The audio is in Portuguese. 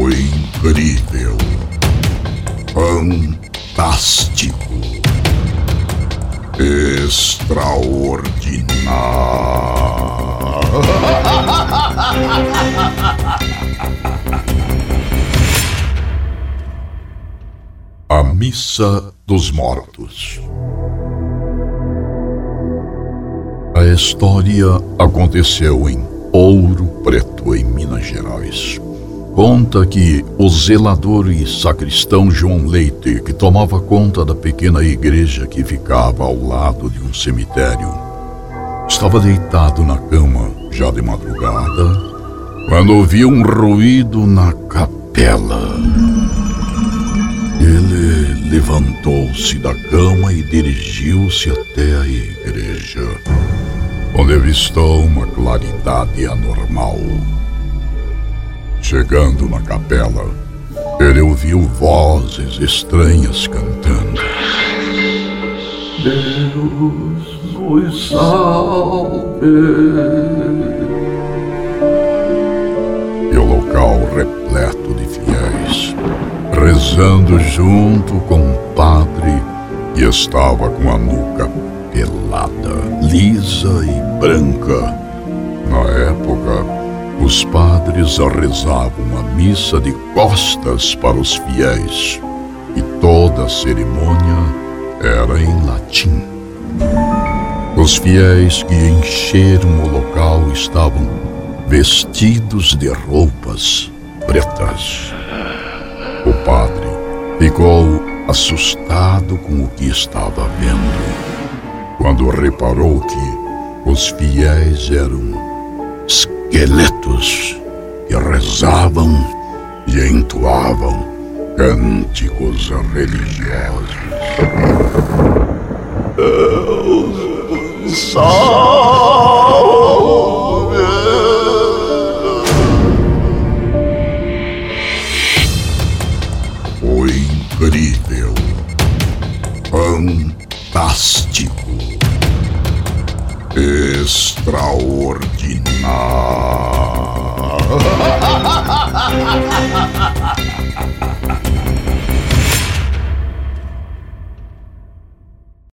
Foi incrível, fantástico, extraordinário. A Missa dos Mortos. A história aconteceu em Ouro Preto, em Minas Gerais. Conta que o zelador e sacristão João Leite, que tomava conta da pequena igreja que ficava ao lado de um cemitério, estava deitado na cama, já de madrugada, quando ouviu um ruído na capela. Ele levantou-se da cama e dirigiu-se até a igreja, onde avistou uma claridade anormal. Chegando na capela, ele ouviu vozes estranhas cantando: Deus nos salve. E o local repleto de fiéis, rezando junto com um padre que estava com a nuca pelada, lisa e branca. Na época, os padres rezavam a missa de costas para os fiéis e toda a cerimônia era em latim. Os fiéis que encheram o local estavam vestidos de roupas pretas. O padre ficou assustado com o que estava vendo, quando reparou que os fiéis eram esqueletos que rezavam e entoavam cânticos religiosos. Deus salve! Foi incrível, fantástico, extraordinário.